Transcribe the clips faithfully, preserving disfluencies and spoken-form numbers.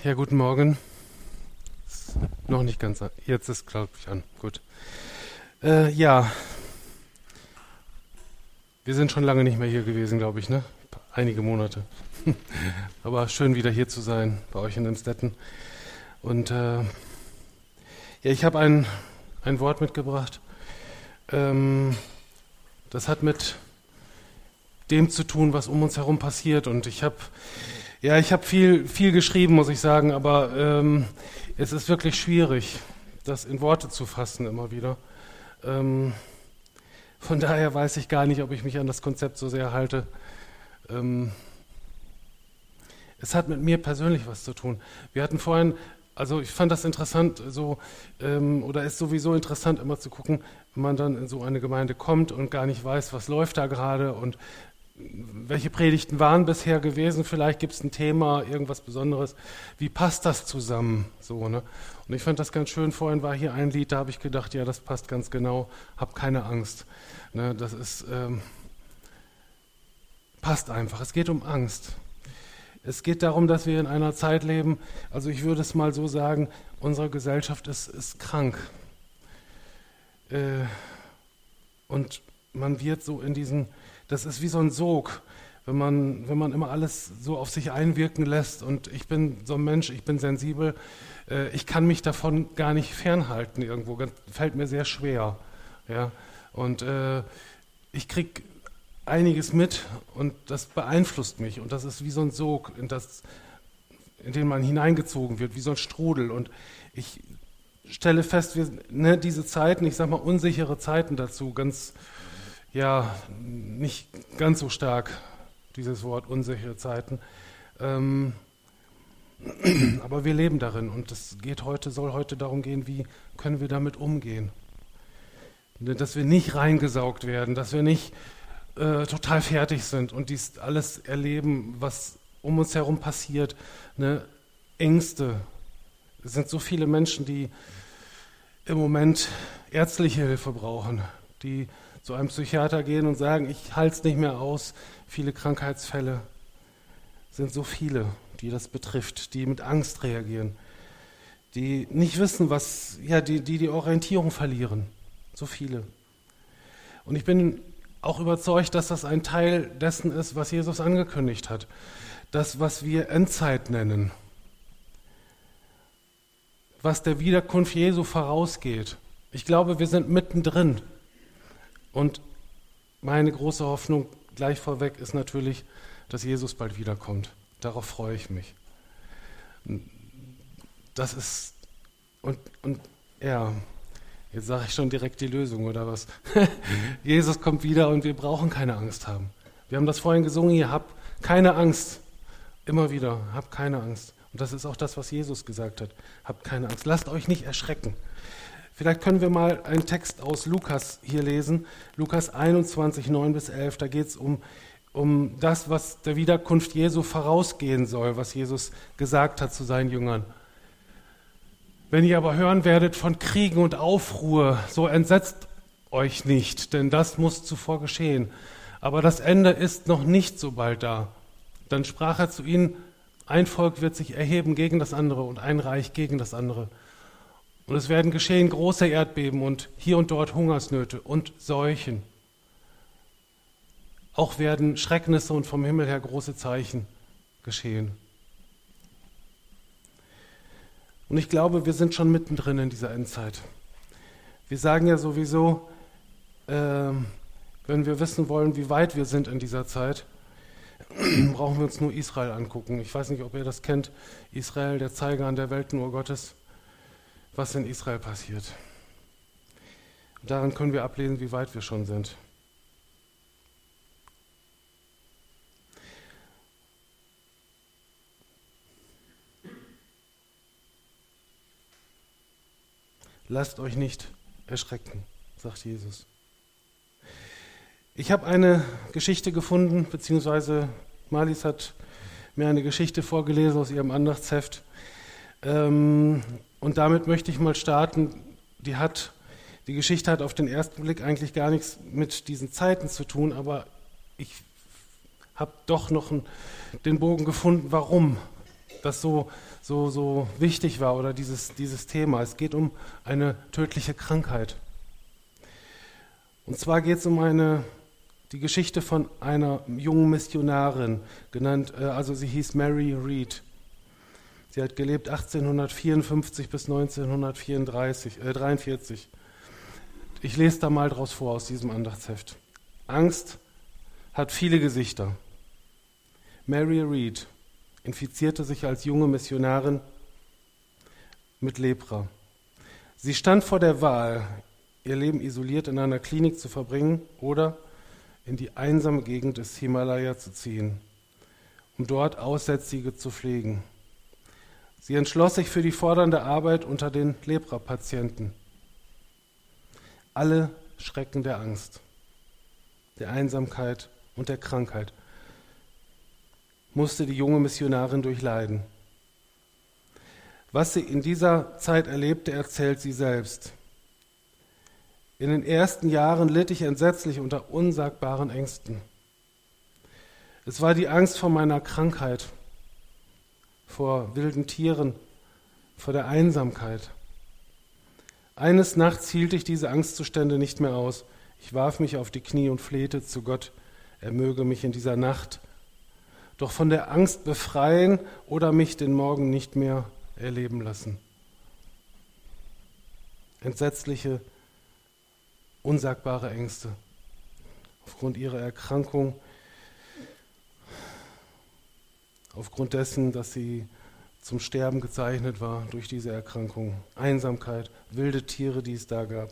Ja, guten Morgen. Ist noch nicht ganz an. Jetzt ist, glaube ich, an. Gut. Äh, ja. Wir sind schon lange nicht mehr hier gewesen, glaube ich, ne? Einige Monate. Aber schön, wieder hier zu sein, bei euch in Emstetten. Und äh, ja, ich habe ein, ein Wort mitgebracht. Ähm, das hat mit dem zu tun, was um uns herum passiert. Und ich habe ja, ich habe viel, viel geschrieben, muss ich sagen, aber ähm, es ist wirklich schwierig, das in Worte zu fassen immer wieder. Ähm, von daher weiß ich gar nicht, ob ich mich an das Konzept so sehr halte. Ähm, es hat mit mir persönlich was zu tun. Wir hatten vorhin, also ich fand das interessant, so ähm, oder ist sowieso interessant, immer zu gucken, wenn man dann in so eine Gemeinde kommt und gar nicht weiß, was läuft da gerade und welche Predigten waren bisher gewesen, vielleicht gibt es ein Thema, irgendwas Besonderes. Wie passt das zusammen? So, ne? Und ich fand das ganz schön, vorhin war hier ein Lied, da habe ich gedacht, ja, das passt ganz genau, hab keine Angst. Ne, das ist, ähm, passt einfach, es geht um Angst. Es geht darum, dass wir in einer Zeit leben, also ich würde es mal so sagen, unsere Gesellschaft ist, ist krank. Äh, und man wird so in diesen, das ist wie so ein Sog, wenn man, wenn man immer alles so auf sich einwirken lässt. Und ich bin so ein Mensch, ich bin sensibel, äh, ich kann mich davon gar nicht fernhalten irgendwo, ganz, fällt mir sehr schwer. Ja? Und äh, ich kriege einiges mit und das beeinflusst mich. Und das ist wie so ein Sog, in, das, in den man hineingezogen wird, wie so ein Strudel. Und ich stelle fest, wir, ne, diese Zeiten, ich sage mal unsichere Zeiten dazu, ganz... Ja, nicht ganz so stark, dieses Wort unsichere Zeiten. Ähm, aber wir leben darin und es geht heute, soll heute darum gehen, wie können wir damit umgehen. Dass wir nicht reingesaugt werden, dass wir nicht äh, total fertig sind und dies alles erleben, was um uns herum passiert. Ne? Ängste. Es sind so viele Menschen, die im Moment ärztliche Hilfe brauchen, die zu einem Psychiater gehen und sagen, ich halte es nicht mehr aus. Viele Krankheitsfälle sind so viele, die das betrifft, die mit Angst reagieren, die nicht wissen, was, ja, die, die die Orientierung verlieren. So viele. Und ich bin auch überzeugt, dass das ein Teil dessen ist, was Jesus angekündigt hat. Das, was wir Endzeit nennen. Was der Wiederkunft Jesu vorausgeht. Ich glaube, wir sind mittendrin. Und meine große Hoffnung gleich vorweg ist natürlich, dass Jesus bald wiederkommt. Darauf freue ich mich. Das ist, und, und ja, jetzt sage ich schon direkt die Lösung, oder was? Jesus kommt wieder und wir brauchen keine Angst haben. Wir haben das vorhin gesungen, ihr habt keine Angst. Immer wieder, habt keine Angst. Und das ist auch das, was Jesus gesagt hat. Habt keine Angst. Lasst euch nicht erschrecken. Vielleicht können wir mal einen Text aus Lukas hier lesen, Lukas einundzwanzig, neun bis elf, da geht es um, um das, was der Wiederkunft Jesu vorausgehen soll, was Jesus gesagt hat zu seinen Jüngern. Wenn ihr aber hören werdet von Kriegen und Aufruhr, so entsetzt euch nicht, denn das muss zuvor geschehen. Aber das Ende ist noch nicht so bald da. Dann sprach er zu ihnen, ein Volk wird sich erheben gegen das andere und ein Reich gegen das andere. Und es werden geschehen große Erdbeben und hier und dort Hungersnöte und Seuchen. Auch werden Schrecknisse und vom Himmel her große Zeichen geschehen. Und ich glaube, wir sind schon mittendrin in dieser Endzeit. Wir sagen ja sowieso, äh, wenn wir wissen wollen, wie weit wir sind in dieser Zeit, brauchen wir uns nur Israel angucken. Ich weiß nicht, ob ihr das kennt. Israel, der Zeiger an der Weltenuhr Gottes. Was in Israel passiert. Daran können wir ablesen, wie weit wir schon sind. Lasst euch nicht erschrecken, sagt Jesus. Ich habe eine Geschichte gefunden, beziehungsweise Marlies hat mir eine Geschichte vorgelesen aus ihrem Andachtsheft. Ähm, Und damit möchte ich mal starten. Die, hat, die Geschichte hat auf den ersten Blick eigentlich gar nichts mit diesen Zeiten zu tun, aber ich habe doch noch einen, den Bogen gefunden, warum das so, so, so wichtig war oder dieses, dieses Thema. Es geht um eine tödliche Krankheit. Und zwar geht es um eine, die Geschichte von einer jungen Missionarin, genannt, äh, also sie hieß Mary Read. Sie hat gelebt achtzehnhundertvierundfünfzig bis neunzehnhundertdreiundvierzig. Äh, ich lese da mal draus vor aus diesem Andachtsheft. Angst hat viele Gesichter. Mary Read infizierte sich als junge Missionarin mit Lepra. Sie stand vor der Wahl, ihr Leben isoliert in einer Klinik zu verbringen oder in die einsame Gegend des Himalaya zu ziehen, um dort Aussätzige zu pflegen. Sie entschloss sich für die fordernde Arbeit unter den Lepra-Patienten. Alle Schrecken der Angst, der Einsamkeit und der Krankheit musste die junge Missionarin durchleiden. Was sie in dieser Zeit erlebte, erzählt sie selbst. In den ersten Jahren litt ich entsetzlich unter unsagbaren Ängsten. Es war die Angst vor meiner Krankheit, vor wilden Tieren, vor der Einsamkeit. Eines Nachts hielt ich diese Angstzustände nicht mehr aus. Ich warf mich auf die Knie und flehte zu Gott, er möge mich in dieser Nacht doch von der Angst befreien oder mich den Morgen nicht mehr erleben lassen. Entsetzliche, unsagbare Ängste aufgrund ihrer Erkrankung, aufgrund dessen, dass sie zum Sterben gezeichnet war durch diese Erkrankung. Einsamkeit, wilde Tiere, die es da gab.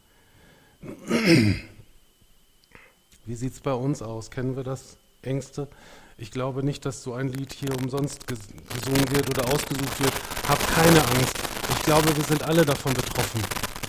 Wie sieht es bei uns aus? Kennen wir das? Ängste? Ich glaube nicht, dass so ein Lied hier umsonst gesungen wird oder ausgesucht wird. Hab keine Angst. Ich glaube, wir sind alle davon betroffen.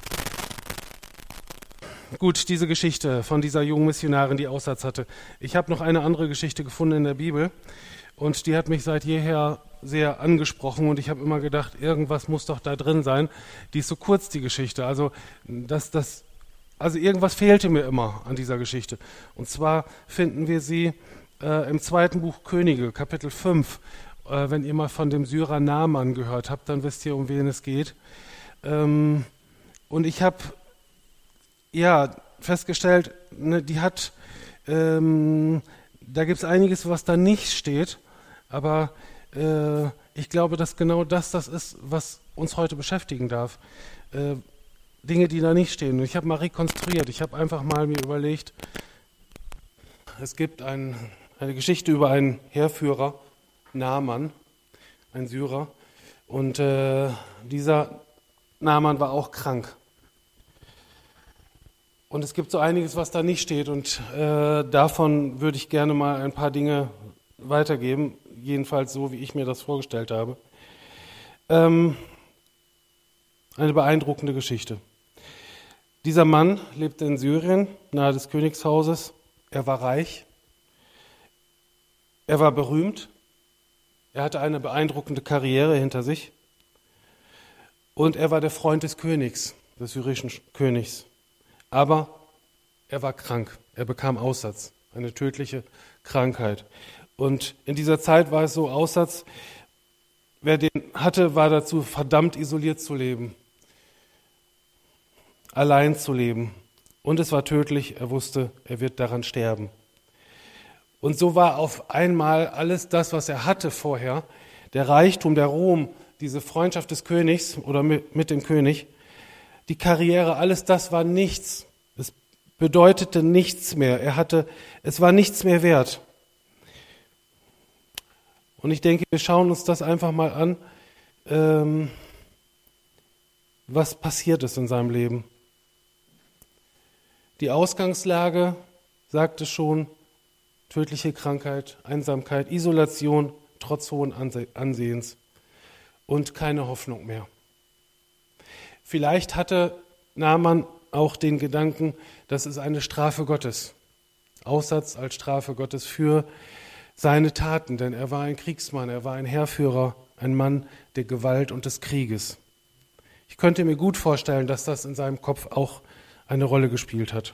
Gut, diese Geschichte von dieser jungen Missionarin, die Aussatz hatte. Ich habe noch eine andere Geschichte gefunden in der Bibel und die hat mich seit jeher sehr angesprochen und ich habe immer gedacht, irgendwas muss doch da drin sein. Die ist so kurz, die Geschichte. Also, das, das, also irgendwas fehlte mir immer an dieser Geschichte. Und zwar finden wir sie äh, im zweiten Buch Könige, Kapitel fünf. Äh, wenn ihr mal von dem Syrer Naaman gehört habt, dann wisst ihr, um wen es geht. Ähm, und ich habe ja festgestellt, ne, die hat, ähm, da gibt es einiges, was da nicht steht, aber äh, ich glaube, dass genau das das ist, was uns heute beschäftigen darf. Äh, Dinge, die da nicht stehen. Und ich habe mal rekonstruiert, ich habe einfach mal mir überlegt, es gibt ein, eine Geschichte über einen Heerführer, Naaman, ein Syrer, und äh, dieser Naaman war auch krank. Und es gibt so einiges, was da nicht steht und äh, davon würde ich gerne mal ein paar Dinge weitergeben, jedenfalls so, wie ich mir das vorgestellt habe. Ähm, eine beeindruckende Geschichte. Dieser Mann lebte in Syrien, nahe des Königshauses. Er war reich, er war berühmt, er hatte eine beeindruckende Karriere hinter sich und er war der Freund des Königs, des syrischen Königs. Aber er war krank, er bekam Aussatz, eine tödliche Krankheit. Und in dieser Zeit war es so, Aussatz, wer den hatte, war dazu verdammt isoliert zu leben, allein zu leben. Und es war tödlich, er wusste, er wird daran sterben. Und so war auf einmal alles das, was er hatte vorher, der Reichtum, der Ruhm, diese Freundschaft des Königs oder mit, mit dem König, die Karriere, alles das war nichts. Es bedeutete nichts mehr. Er hatte, es war nichts mehr wert. Und ich denke, wir schauen uns das einfach mal an, ähm, was passiert ist in seinem Leben. Die Ausgangslage sagte schon, tödliche Krankheit, Einsamkeit, Isolation, trotz hohen Ansehens und keine Hoffnung mehr. Vielleicht hatte Naaman auch den Gedanken, das ist eine Strafe Gottes. Aussatz als Strafe Gottes für seine Taten, denn er war ein Kriegsmann, er war ein Heerführer, ein Mann der Gewalt und des Krieges. Ich könnte mir gut vorstellen, dass das in seinem Kopf auch eine Rolle gespielt hat.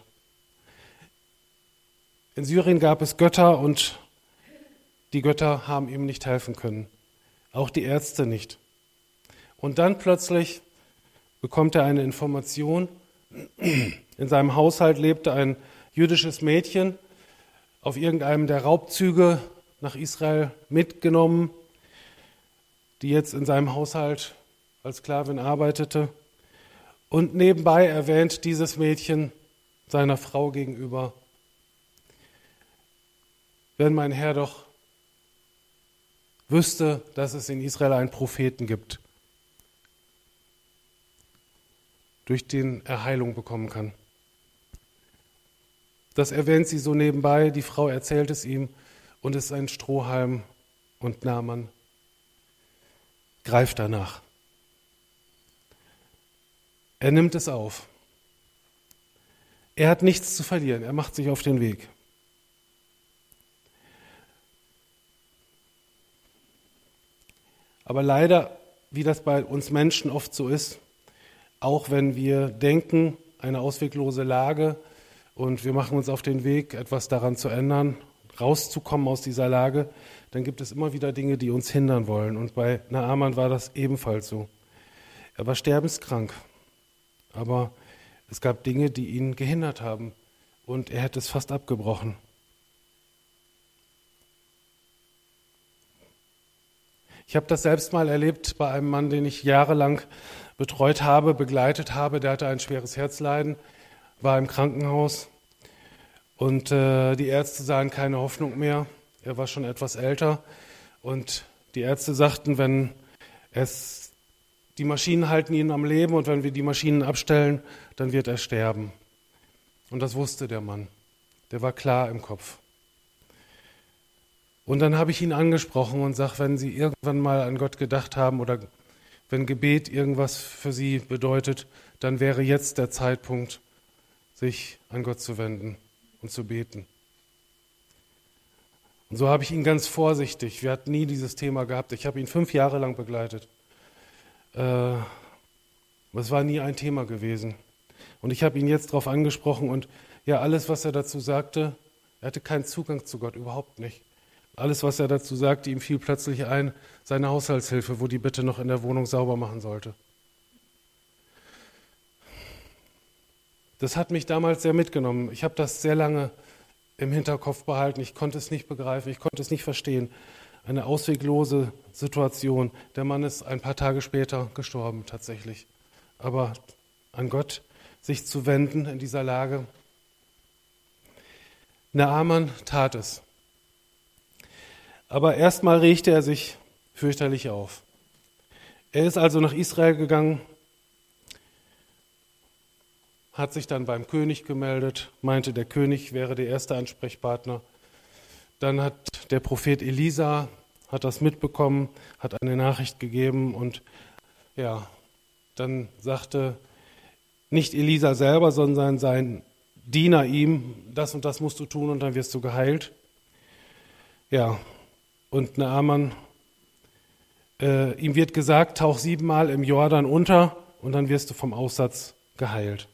In Syrien gab es Götter und die Götter haben ihm nicht helfen können. auch die Ärzte nicht. Und dann plötzlich bekommt er eine Information, in seinem Haushalt lebte ein jüdisches Mädchen, auf irgendeinem der Raubzüge nach Israel mitgenommen, die jetzt in seinem Haushalt als Sklavin arbeitete. Und nebenbei erwähnt dieses Mädchen seiner Frau gegenüber: Wenn mein Herr doch wüsste, dass es in Israel einen Propheten gibt, durch den er Heilung bekommen kann. Das erwähnt sie so nebenbei, die Frau erzählt es ihm und es ist ein Strohhalm und Naaman greift danach. Er nimmt es auf. Er hat nichts zu verlieren, er macht sich auf den Weg. Aber leider, wie das bei uns Menschen oft so ist, auch wenn wir denken, eine ausweglose Lage, und wir machen uns auf den Weg, etwas daran zu ändern, rauszukommen aus dieser Lage, dann gibt es immer wieder Dinge, die uns hindern wollen. Und bei Naaman war das ebenfalls so. Er war sterbenskrank, aber es gab Dinge, die ihn gehindert haben und er hätte es fast abgebrochen. Ich habe das selbst mal erlebt bei einem Mann, den ich jahrelang betreut habe, begleitet habe. Der hatte ein schweres Herzleiden, war im Krankenhaus und äh, die Ärzte sahen keine Hoffnung mehr. Er war schon etwas älter und die Ärzte sagten, wenn es, die Maschinen halten ihn am Leben und wenn wir die Maschinen abstellen, dann wird er sterben. Und das wusste der Mann. Der war klar im Kopf. Und dann habe ich ihn angesprochen und sage, wenn Sie irgendwann mal an Gott gedacht haben oder wenn Gebet irgendwas für Sie bedeutet, dann wäre jetzt der Zeitpunkt, sich an Gott zu wenden und zu beten. Und so habe ich ihn ganz vorsichtig, wir hatten nie dieses Thema gehabt, ich habe ihn fünf Jahre lang begleitet. Äh, es war nie ein Thema gewesen. Und ich habe ihn jetzt darauf angesprochen und ja, alles, was er dazu sagte, er hatte keinen Zugang zu Gott, überhaupt nicht. Alles, was er dazu sagte, ihm fiel plötzlich ein, seine Haushaltshilfe, wo die bitte noch in der Wohnung sauber machen sollte. Das hat mich damals sehr mitgenommen. Ich habe das sehr lange im Hinterkopf behalten. Ich konnte es nicht begreifen, ich konnte es nicht verstehen. Eine ausweglose Situation. Der Mann ist ein paar Tage später gestorben tatsächlich. Aber an Gott sich zu wenden in dieser Lage. Naaman tat es. Aber erstmal regte er sich fürchterlich auf. Er ist also nach Israel gegangen, hat sich dann beim König gemeldet, meinte, der König wäre der erste Ansprechpartner. Dann hat der Prophet Elisa, hat das mitbekommen, hat eine Nachricht gegeben und ja, dann sagte nicht Elisa selber, sondern sein Diener ihm, das und das musst du tun und dann wirst du geheilt. Ja, und Naaman, äh, ihm wird gesagt, tauch siebenmal im Jordan unter und dann wirst du vom Aussatz geheilt.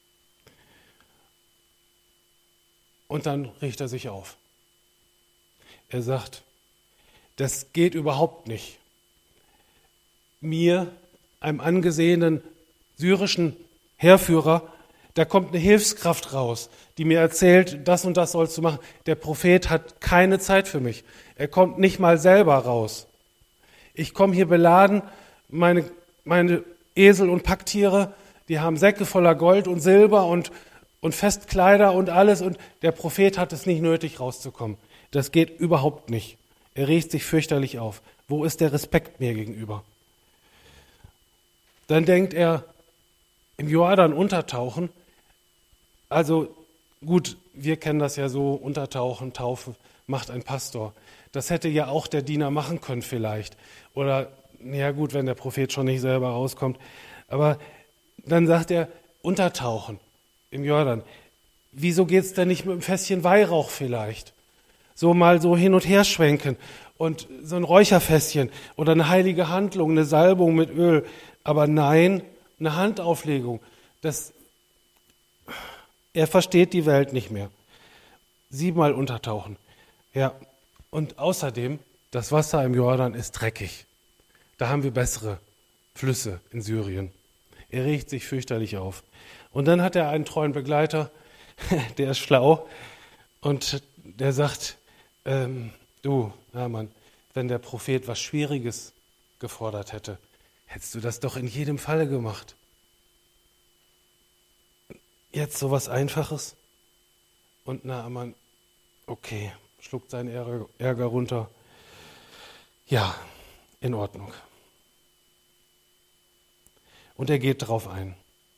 Und dann richtet er sich auf. Er sagt, das geht überhaupt nicht. Mir, einem angesehenen syrischen Heerführer, da kommt eine Hilfskraft raus, die mir erzählt, das und das sollst du machen. Der Prophet hat keine Zeit für mich. Er kommt nicht mal selber raus. Ich komme hier beladen, meine, meine Esel und Packtiere, die haben Säcke voller Gold und Silber und, und Festkleider und alles. Und der Prophet hat es nicht nötig, rauszukommen. Das geht überhaupt nicht. Er regt sich fürchterlich auf. Wo ist der Respekt mir gegenüber? Dann denkt er, im Jordan untertauchen. Also gut, wir kennen das ja so, untertauchen, Taufe macht ein Pastor. Das hätte ja auch der Diener machen können vielleicht. Oder, ja gut, wenn der Prophet schon nicht selber rauskommt. Aber dann sagt er, untertauchen im Jordan. Wieso geht es denn nicht mit einem Fässchen Weihrauch vielleicht? So mal so hin und her schwenken und so ein Räucherfässchen oder eine heilige Handlung, eine Salbung mit Öl. Aber nein, eine Handauflegung. Das, er versteht die Welt nicht mehr. Siebenmal untertauchen. Ja, und außerdem, das Wasser im Jordan ist dreckig. Da haben wir bessere Flüsse in Syrien. Er regt sich fürchterlich auf. Und dann hat er einen treuen Begleiter, der ist schlau und der sagt, ähm, du, Naaman, wenn der Prophet was Schwieriges gefordert hätte, hättest du das doch in jedem Falle gemacht. Jetzt so was Einfaches? Und Naaman, okay, schluckt seinen Ärger, Ärger runter. Ja, in Ordnung. Und er geht drauf ein.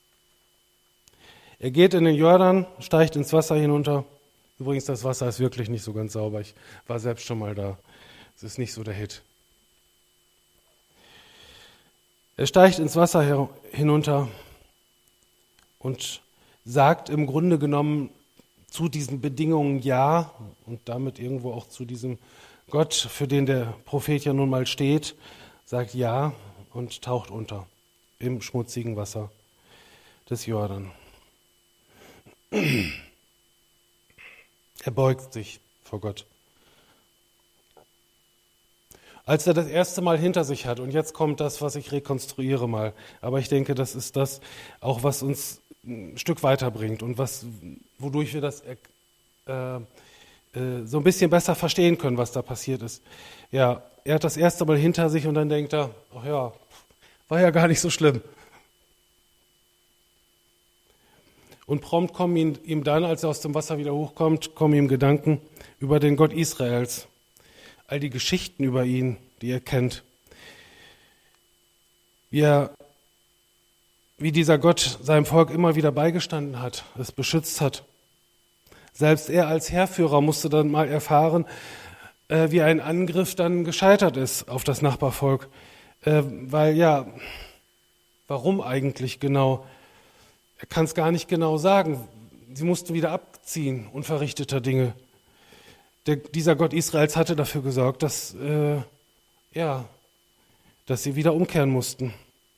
Er geht in den Jordan, steigt ins Wasser hinunter. Übrigens, das Wasser ist wirklich nicht so ganz sauber. Ich war selbst schon mal da. Es ist nicht so der Hit. Er steigt ins Wasser hinunter und sagt im Grunde genommen zu diesen Bedingungen Ja und damit irgendwo auch zu diesem Gott, für den der Prophet ja nun mal steht, sagt Ja und taucht unter im schmutzigen Wasser des Jordan. Er beugt sich vor Gott. Als er das erste Mal hinter sich hat, und jetzt kommt das, was ich rekonstruiere mal, aber ich denke, das ist das auch, was uns ein Stück weiterbringt und was, wodurch wir das äh, äh, so ein bisschen besser verstehen können, was da passiert ist. Ja, er hat das erste Mal hinter sich und dann denkt er, ach ja, war ja gar nicht so schlimm. Und prompt kommen ihm, ihm dann, als er aus dem Wasser wieder hochkommt, kommen ihm Gedanken über den Gott Israels. All die Geschichten über ihn, die er kennt. Wie, er, wie dieser Gott seinem Volk immer wieder beigestanden hat, es beschützt hat. Selbst er als Heerführer musste dann mal erfahren, äh, wie ein Angriff dann gescheitert ist auf das Nachbarvolk. Äh, weil ja, warum eigentlich genau? Er kann es gar nicht genau sagen. Sie mussten wieder abziehen, unverrichteter Dinge. Der, dieser Gott Israels hatte dafür gesorgt, dass, äh, ja, dass sie wieder umkehren mussten.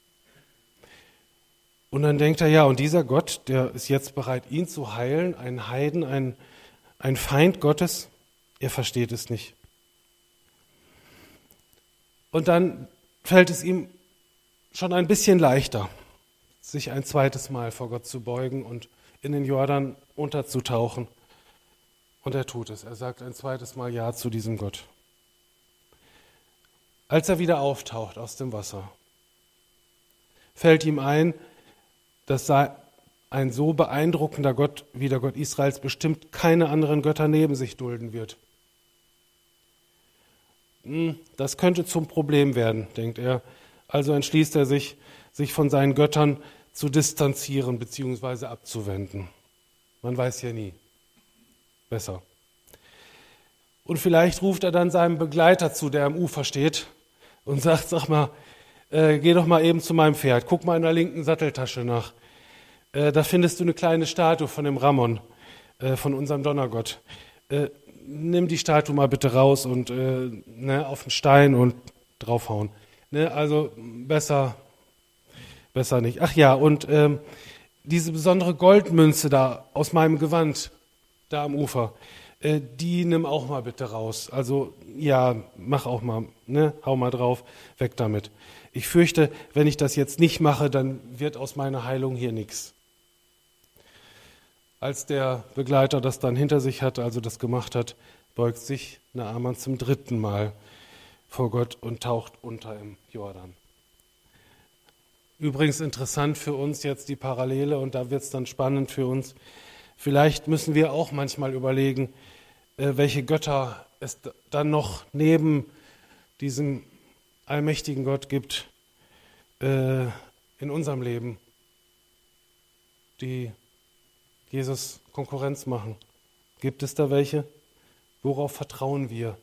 Und dann denkt er, ja, und dieser Gott, der ist jetzt bereit, ihn zu heilen, ein Heiden, ein, ein Feind Gottes, er versteht es nicht. Und dann fällt es ihm schon ein bisschen leichter, sich ein zweites Mal vor Gott zu beugen und in den Jordan unterzutauchen. Und er tut es. Er sagt ein zweites Mal Ja zu diesem Gott. Als er wieder auftaucht aus dem Wasser, fällt ihm ein, dass ein so beeindruckender Gott wie der Gott Israels bestimmt keine anderen Götter neben sich dulden wird. Das könnte zum Problem werden, denkt er. Also entschließt er sich, sich von seinen Göttern zu distanzieren bzw. abzuwenden. Man weiß ja nie. Besser. Und vielleicht ruft er dann seinem Begleiter zu, der am Ufer steht, und sagt, sag mal, äh, geh doch mal eben zu meinem Pferd, guck mal in der linken Satteltasche nach. Äh, da findest du eine kleine Statue von dem Ramon, äh, von unserem Donnergott. Äh, nimm die Statue mal bitte raus und äh, ne, auf den Stein und draufhauen. Ne, also besser, besser nicht. Ach ja, und ähm, diese besondere Goldmünze da aus meinem Gewand, da am Ufer, äh, die nimm auch mal bitte raus. Also ja, mach auch mal, ne, hau mal drauf, weg damit. Ich fürchte, wenn ich das jetzt nicht mache, dann wird aus meiner Heilung hier nichts. Als der Begleiter das dann hinter sich hatte, also das gemacht hat, beugt sich Naaman zum dritten Mal vor Gott und taucht unter im Jordan. Übrigens interessant für uns jetzt die Parallele, und da wird es dann spannend für uns. Vielleicht müssen wir auch manchmal überlegen, welche Götter es dann noch neben diesem allmächtigen Gott gibt in unserem Leben, die Jesus Konkurrenz machen. Gibt es da welche? Worauf vertrauen wir?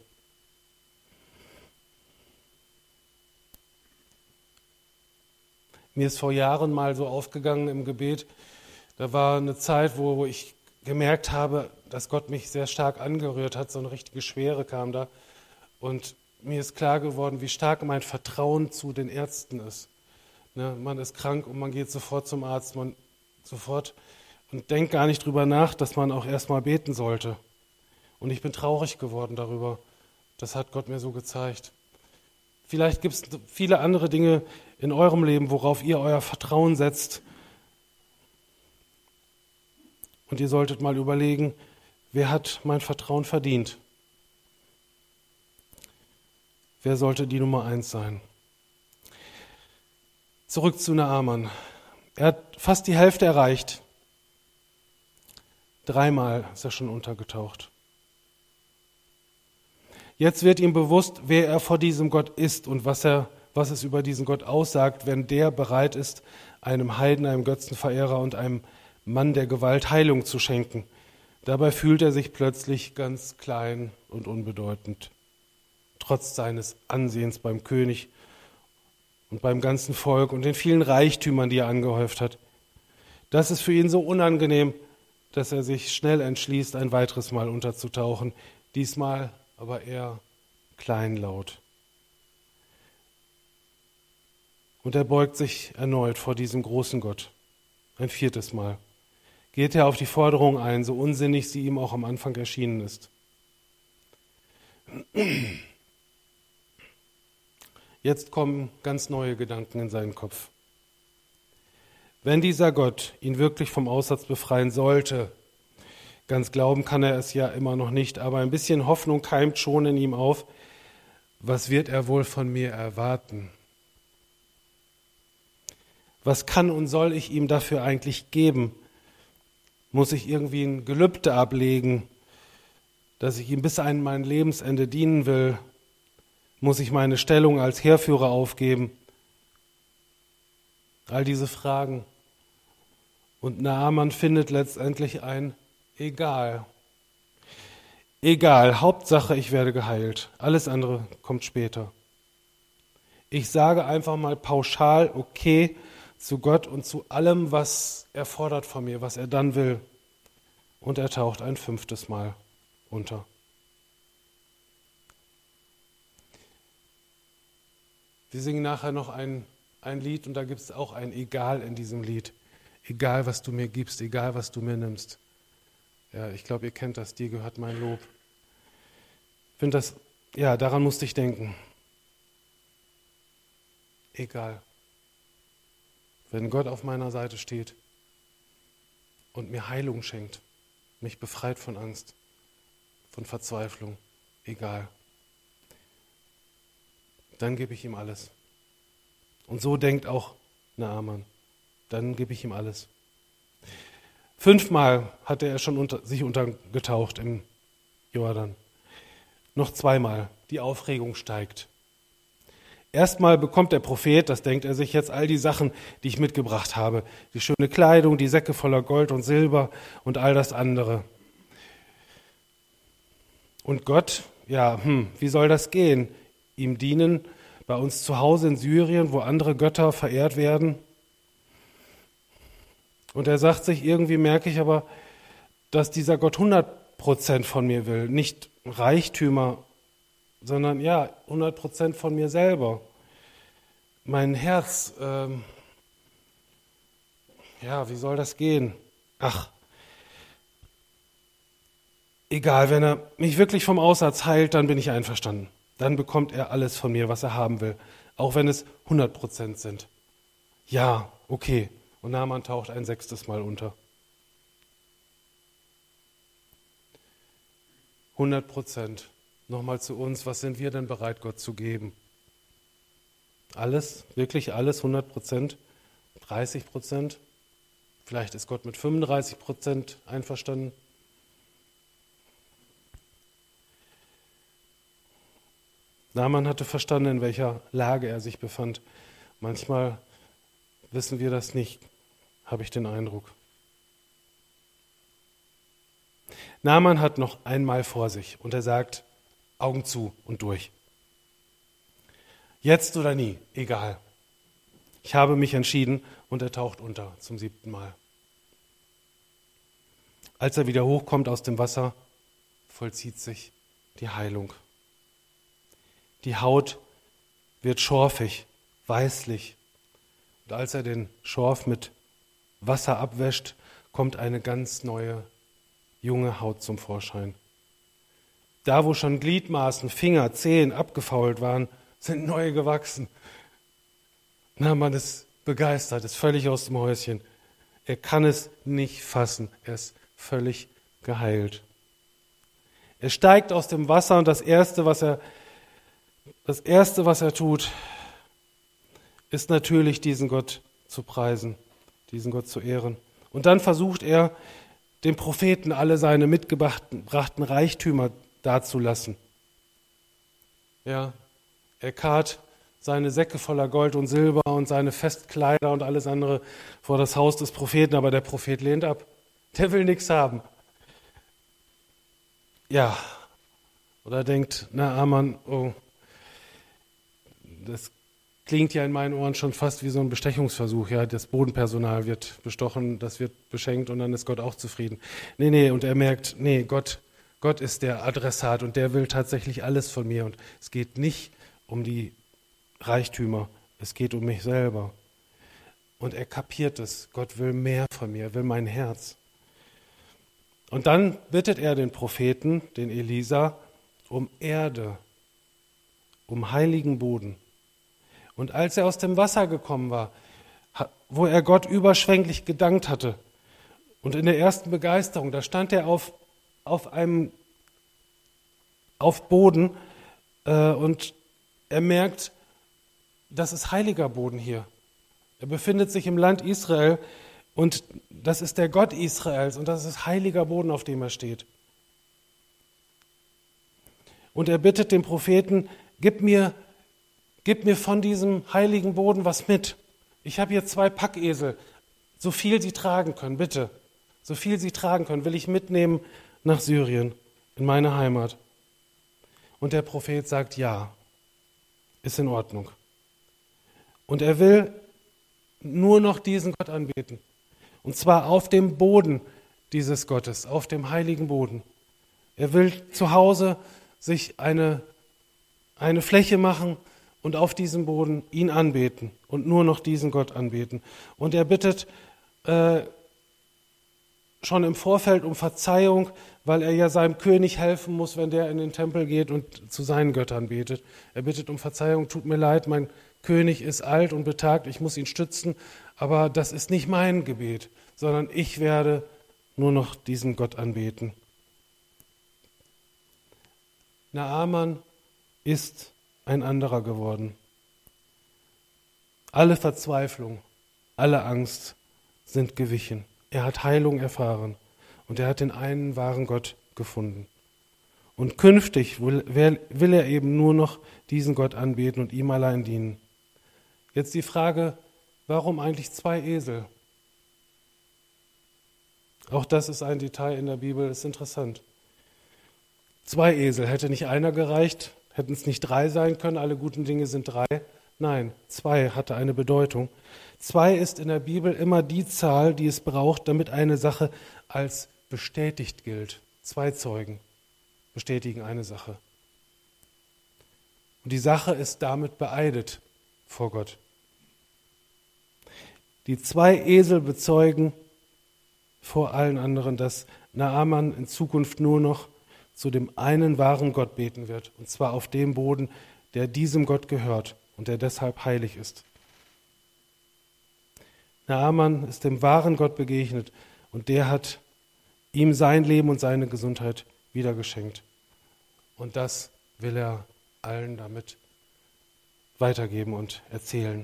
Mir ist vor Jahren mal so aufgegangen im Gebet, da war eine Zeit, wo ich gemerkt habe, dass Gott mich sehr stark angerührt hat, so eine richtige Schwere kam da. Und mir ist klar geworden, wie stark mein Vertrauen zu den Ärzten ist. Ne, man ist krank und man geht sofort zum Arzt, man sofort und denkt gar nicht drüber nach, dass man auch erstmal beten sollte. Und ich bin traurig geworden darüber. Das hat Gott mir so gezeigt. Vielleicht gibt es viele andere Dinge in eurem Leben, worauf ihr euer Vertrauen setzt. Und ihr solltet mal überlegen, wer hat mein Vertrauen verdient? Wer sollte die Nummer eins sein? Zurück zu Naaman. Er hat fast die Hälfte erreicht. Dreimal ist er schon untergetaucht. Jetzt wird ihm bewusst, wer er vor diesem Gott ist und was er, was es über diesen Gott aussagt, wenn der bereit ist, einem Heiden, einem Götzenverehrer und einem Mann der Gewalt Heilung zu schenken. Dabei fühlt er sich plötzlich ganz klein und unbedeutend, trotz seines Ansehens beim König und beim ganzen Volk und den vielen Reichtümern, die er angehäuft hat. Das ist für ihn so unangenehm, dass er sich schnell entschließt, ein weiteres Mal unterzutauchen, diesmal aber eher kleinlaut. Und er beugt sich erneut vor diesem großen Gott, ein viertes Mal. Geht er auf die Forderung ein, so unsinnig sie ihm auch am Anfang erschienen ist. Jetzt kommen ganz neue Gedanken in seinen Kopf. Wenn dieser Gott ihn wirklich vom Aussatz befreien sollte, ganz glauben kann er es ja immer noch nicht, aber ein bisschen Hoffnung keimt schon in ihm auf, was wird er wohl von mir erwarten? Was kann und soll ich ihm dafür eigentlich geben? Muss ich irgendwie ein Gelübde ablegen, dass ich ihm bis an mein Lebensende dienen will? Muss ich meine Stellung als Heerführer aufgeben? All diese Fragen. Und Naaman findet letztendlich ein Egal. Egal, Hauptsache, ich werde geheilt. Alles andere kommt später. Ich sage einfach mal pauschal okay zu Gott und zu allem, was er fordert von mir, was er dann will. Und er taucht ein fünftes Mal unter. Wir singen nachher noch ein, ein Lied und da gibt es auch ein Egal in diesem Lied. Egal, was du mir gibst, egal, was du mir nimmst. Ja, ich glaube, ihr kennt das, dir gehört mein Lob. Ich finde das, ja, daran musste ich denken. Egal. Wenn Gott auf meiner Seite steht und mir Heilung schenkt, mich befreit von Angst, von Verzweiflung, egal. Dann gebe ich ihm alles. Und so denkt auch Naaman. Dann gebe ich ihm alles. Fünfmal hatte er schon unter, sich untergetaucht im Jordan. Noch zweimal. Die Aufregung steigt. Erstmal bekommt der Prophet, das denkt er sich jetzt, all die Sachen, die ich mitgebracht habe. Die schöne Kleidung, die Säcke voller Gold und Silber und all das andere. Und Gott, ja, hm, wie soll das gehen? Ihm dienen bei uns zu Hause in Syrien, wo andere Götter verehrt werden? Und er sagt sich, irgendwie merke ich aber, dass dieser Gott hundert Prozent von mir will. Nicht Reichtümer, sondern ja, hundert Prozent von mir selber. Mein Herz, ähm, ja, wie soll das gehen? Ach, egal, wenn er mich wirklich vom Aussatz heilt, dann bin ich einverstanden. Dann bekommt er alles von mir, was er haben will, auch wenn es hundert Prozent sind. Ja, okay. Und Naaman taucht ein sechstes Mal unter. hundert Prozent. Nochmal zu uns, was sind wir denn bereit, Gott zu geben? Alles, wirklich alles, hundert Prozent, dreißig Prozent? Vielleicht ist Gott mit fünfunddreißig Prozent einverstanden. Naaman hatte verstanden, in welcher Lage er sich befand. Manchmal wissen wir das nicht, habe ich den Eindruck. Naaman hat noch einmal vor sich und er sagt, Augen zu und durch. Jetzt oder nie, egal. Ich habe mich entschieden und er taucht unter zum siebten Mal. Als er wieder hochkommt aus dem Wasser, vollzieht sich die Heilung. Die Haut wird schorfig, weißlich. Und als er den Schorf mit Wasser abwäscht, kommt eine ganz neue, junge Haut zum Vorschein. Da, wo schon Gliedmaßen, Finger, Zehen abgefault waren, sind neu gewachsen. Naaman ist begeistert, ist völlig aus dem Häuschen. Er kann es nicht fassen. Er ist völlig geheilt. Er steigt aus dem Wasser und das Erste, was er, das Erste, was er tut, ist natürlich, diesen Gott zu preisen, diesen Gott zu ehren. Und dann versucht er, dem Propheten alle seine mitgebrachten Reichtümer dazulassen. Ja, er karrt seine Säcke voller Gold und Silber und seine Festkleider und alles andere vor das Haus des Propheten, aber der Prophet lehnt ab. Der will nichts haben. Ja, oder denkt, na Naaman, oh, das klingt ja in meinen Ohren schon fast wie so ein Bestechungsversuch. Ja, das Bodenpersonal wird bestochen, das wird beschenkt und dann ist Gott auch zufrieden. Nee, nee, und er merkt, nee, Gott, Gott ist der Adressat und der will tatsächlich alles von mir. Und es geht nicht um die Reichtümer, es geht um mich selber. Und er kapiert es, Gott will mehr von mir, er will mein Herz. Und dann bittet er den Propheten, den Elisa, um Erde, um heiligen Boden. Und als er aus dem Wasser gekommen war, wo er Gott überschwänglich gedankt hatte, und in der ersten Begeisterung, da stand er auf, auf einem auf Boden äh, und er merkt, das ist heiliger Boden hier. Er befindet sich im Land Israel und das ist der Gott Israels und das ist heiliger Boden, auf dem er steht. Und er bittet den Propheten, gib mir, gib mir von diesem heiligen Boden was mit. Ich habe hier zwei Packesel, so viel sie tragen können, bitte. So viel sie tragen können, will ich mitnehmen nach Syrien, in meine Heimat. Und der Prophet sagt, ja, ist in Ordnung. Und er will nur noch diesen Gott anbeten. Und zwar auf dem Boden dieses Gottes, auf dem heiligen Boden. Er will zu Hause sich eine, eine Fläche machen und auf diesem Boden ihn anbeten und nur noch diesen Gott anbeten. Und er bittet äh, schon im Vorfeld um Verzeihung, weil er ja seinem König helfen muss, wenn der in den Tempel geht und zu seinen Göttern betet. Er bittet um Verzeihung, tut mir leid, mein König ist alt und betagt, ich muss ihn stützen, aber das ist nicht mein Gebet, sondern ich werde nur noch diesen Gott anbeten. Naaman ist ein anderer geworden. Alle Verzweiflung, alle Angst sind gewichen. Er hat Heilung erfahren und er hat den einen wahren Gott gefunden. Und künftig will, will er eben nur noch diesen Gott anbeten und ihm allein dienen. Jetzt die Frage, warum eigentlich zwei Esel? Auch das ist ein Detail in der Bibel, ist interessant. Zwei Esel, hätte nicht einer gereicht, hätten es nicht drei sein können, alle guten Dinge sind drei. Nein, zwei hatte eine Bedeutung. Zwei ist in der Bibel immer die Zahl, die es braucht, damit eine Sache als bestätigt gilt. Zwei Zeugen bestätigen eine Sache. Und die Sache ist damit beeidet vor Gott. Die zwei Esel bezeugen vor allen anderen, dass Naaman in Zukunft nur noch zu dem einen wahren Gott beten wird, und zwar auf dem Boden, der diesem Gott gehört und der deshalb heilig ist. Naaman ist dem wahren Gott begegnet und der hat ihm sein Leben und seine Gesundheit wieder geschenkt. Und das will er allen damit weitergeben und erzählen.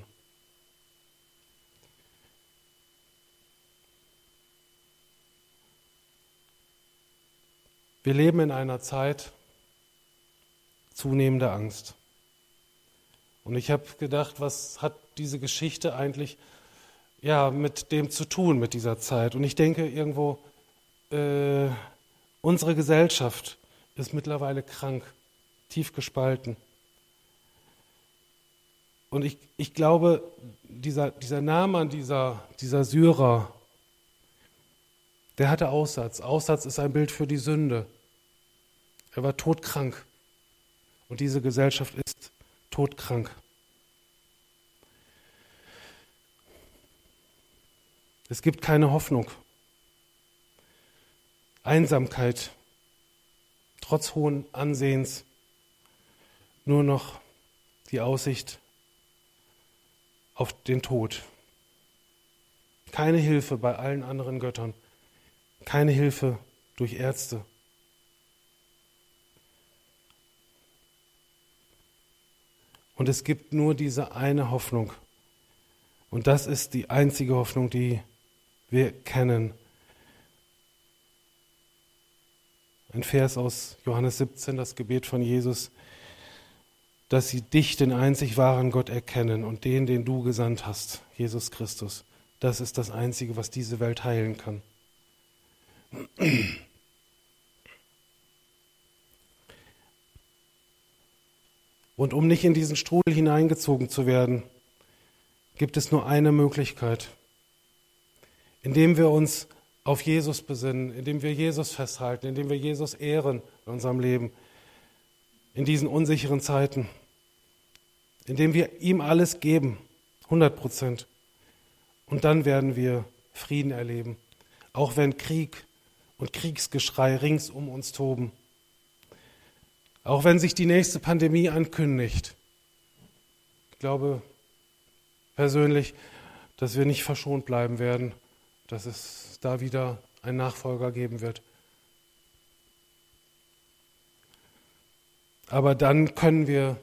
Wir leben in einer Zeit zunehmender Angst. Und ich habe gedacht, was hat diese Geschichte eigentlich ja, mit dem zu tun, mit dieser Zeit? Und ich denke irgendwo, äh, unsere Gesellschaft ist mittlerweile krank, tief gespalten. Und ich, ich glaube, dieser, dieser Naaman, dieser, dieser Syrer, der hatte Aussatz. Aussatz ist ein Bild für die Sünde. Er war todkrank. Und diese Gesellschaft ist todkrank. Es gibt keine Hoffnung. Einsamkeit, trotz hohen Ansehens, nur noch die Aussicht auf den Tod. Keine Hilfe bei allen anderen Göttern. Keine Hilfe durch Ärzte. Und es gibt nur diese eine Hoffnung. Und das ist die einzige Hoffnung, die wir kennen. Ein Vers aus Johannes siebzehn, das Gebet von Jesus, dass sie dich, den einzig wahren Gott, erkennen und den, den du gesandt hast, Jesus Christus. Das ist das Einzige, was diese Welt heilen kann. Und um nicht in diesen Strudel hineingezogen zu werden, gibt es nur eine Möglichkeit, indem wir uns auf Jesus besinnen, indem wir Jesus festhalten, indem wir Jesus ehren in unserem Leben, in diesen unsicheren Zeiten, indem wir ihm alles geben, hundert Prozent. Und dann werden wir Frieden erleben, auch wenn Krieg und Kriegsgeschrei rings um uns toben. Auch wenn sich die nächste Pandemie ankündigt. Ich glaube persönlich, dass wir nicht verschont bleiben werden, dass es da wieder einen Nachfolger geben wird. Aber dann können wir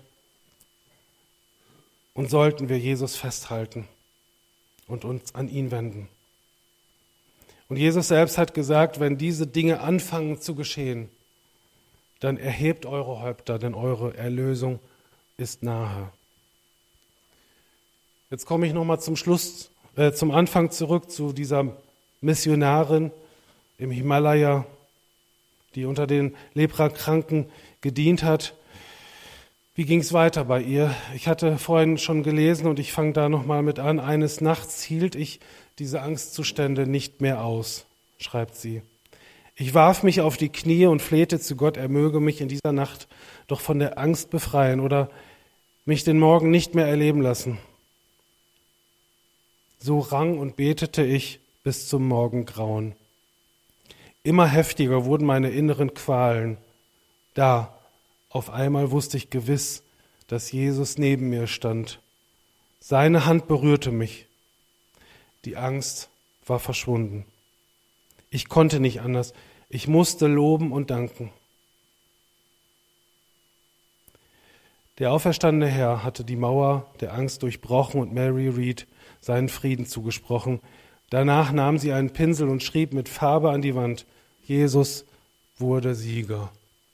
und sollten wir Jesus festhalten und uns an ihn wenden. Und Jesus selbst hat gesagt, wenn diese Dinge anfangen zu geschehen, dann erhebt eure Häupter, denn eure Erlösung ist nahe. Jetzt komme ich nochmal zum Schluss, äh, zum Anfang zurück zu dieser Missionarin im Himalaya, die unter den Leprakranken gedient hat. Wie ging es weiter bei ihr? Ich hatte vorhin schon gelesen und ich fange da nochmal mit an. Eines Nachts hielt ich diese Angstzustände nicht mehr aus, schreibt sie. Ich warf mich auf die Knie und flehte zu Gott, er möge mich in dieser Nacht doch von der Angst befreien oder mich den Morgen nicht mehr erleben lassen. So rang und betete ich bis zum Morgengrauen. Immer heftiger wurden meine inneren Qualen. Da, auf einmal wusste ich gewiss, dass Jesus neben mir stand. Seine Hand berührte mich. Die Angst war verschwunden. Ich konnte nicht anders. Ich musste loben und danken. Der auferstandene Herr hatte die Mauer der Angst durchbrochen und Mary Read seinen Frieden zugesprochen. Danach nahm sie einen Pinsel und schrieb mit Farbe an die Wand: Jesus wurde Sieger.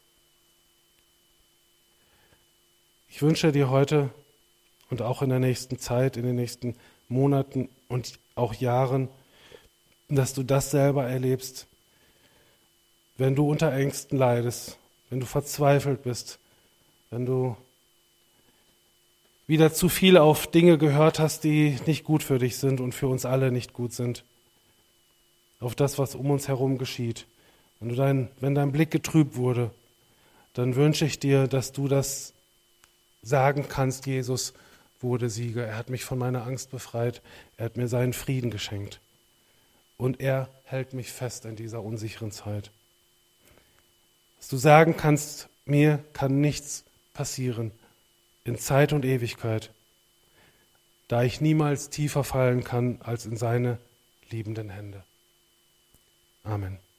Ich wünsche dir heute und auch in der nächsten Zeit, in den nächsten Monaten und auch Jahren, dass du das selber erlebst, wenn du unter Ängsten leidest, wenn du verzweifelt bist, wenn du wieder zu viel auf Dinge gehört hast, die nicht gut für dich sind und für uns alle nicht gut sind, auf das, was um uns herum geschieht. Wenn, du dein, wenn dein Blick getrübt wurde, dann wünsche ich dir, dass du das sagen kannst: Jesus wurde Sieger, er hat mich von meiner Angst befreit, er hat mir seinen Frieden geschenkt und er hält mich fest in dieser unsicheren Zeit. Dass du sagen kannst: mir kann nichts passieren in Zeit und Ewigkeit, da ich niemals tiefer fallen kann als in seine liebenden Hände. Amen.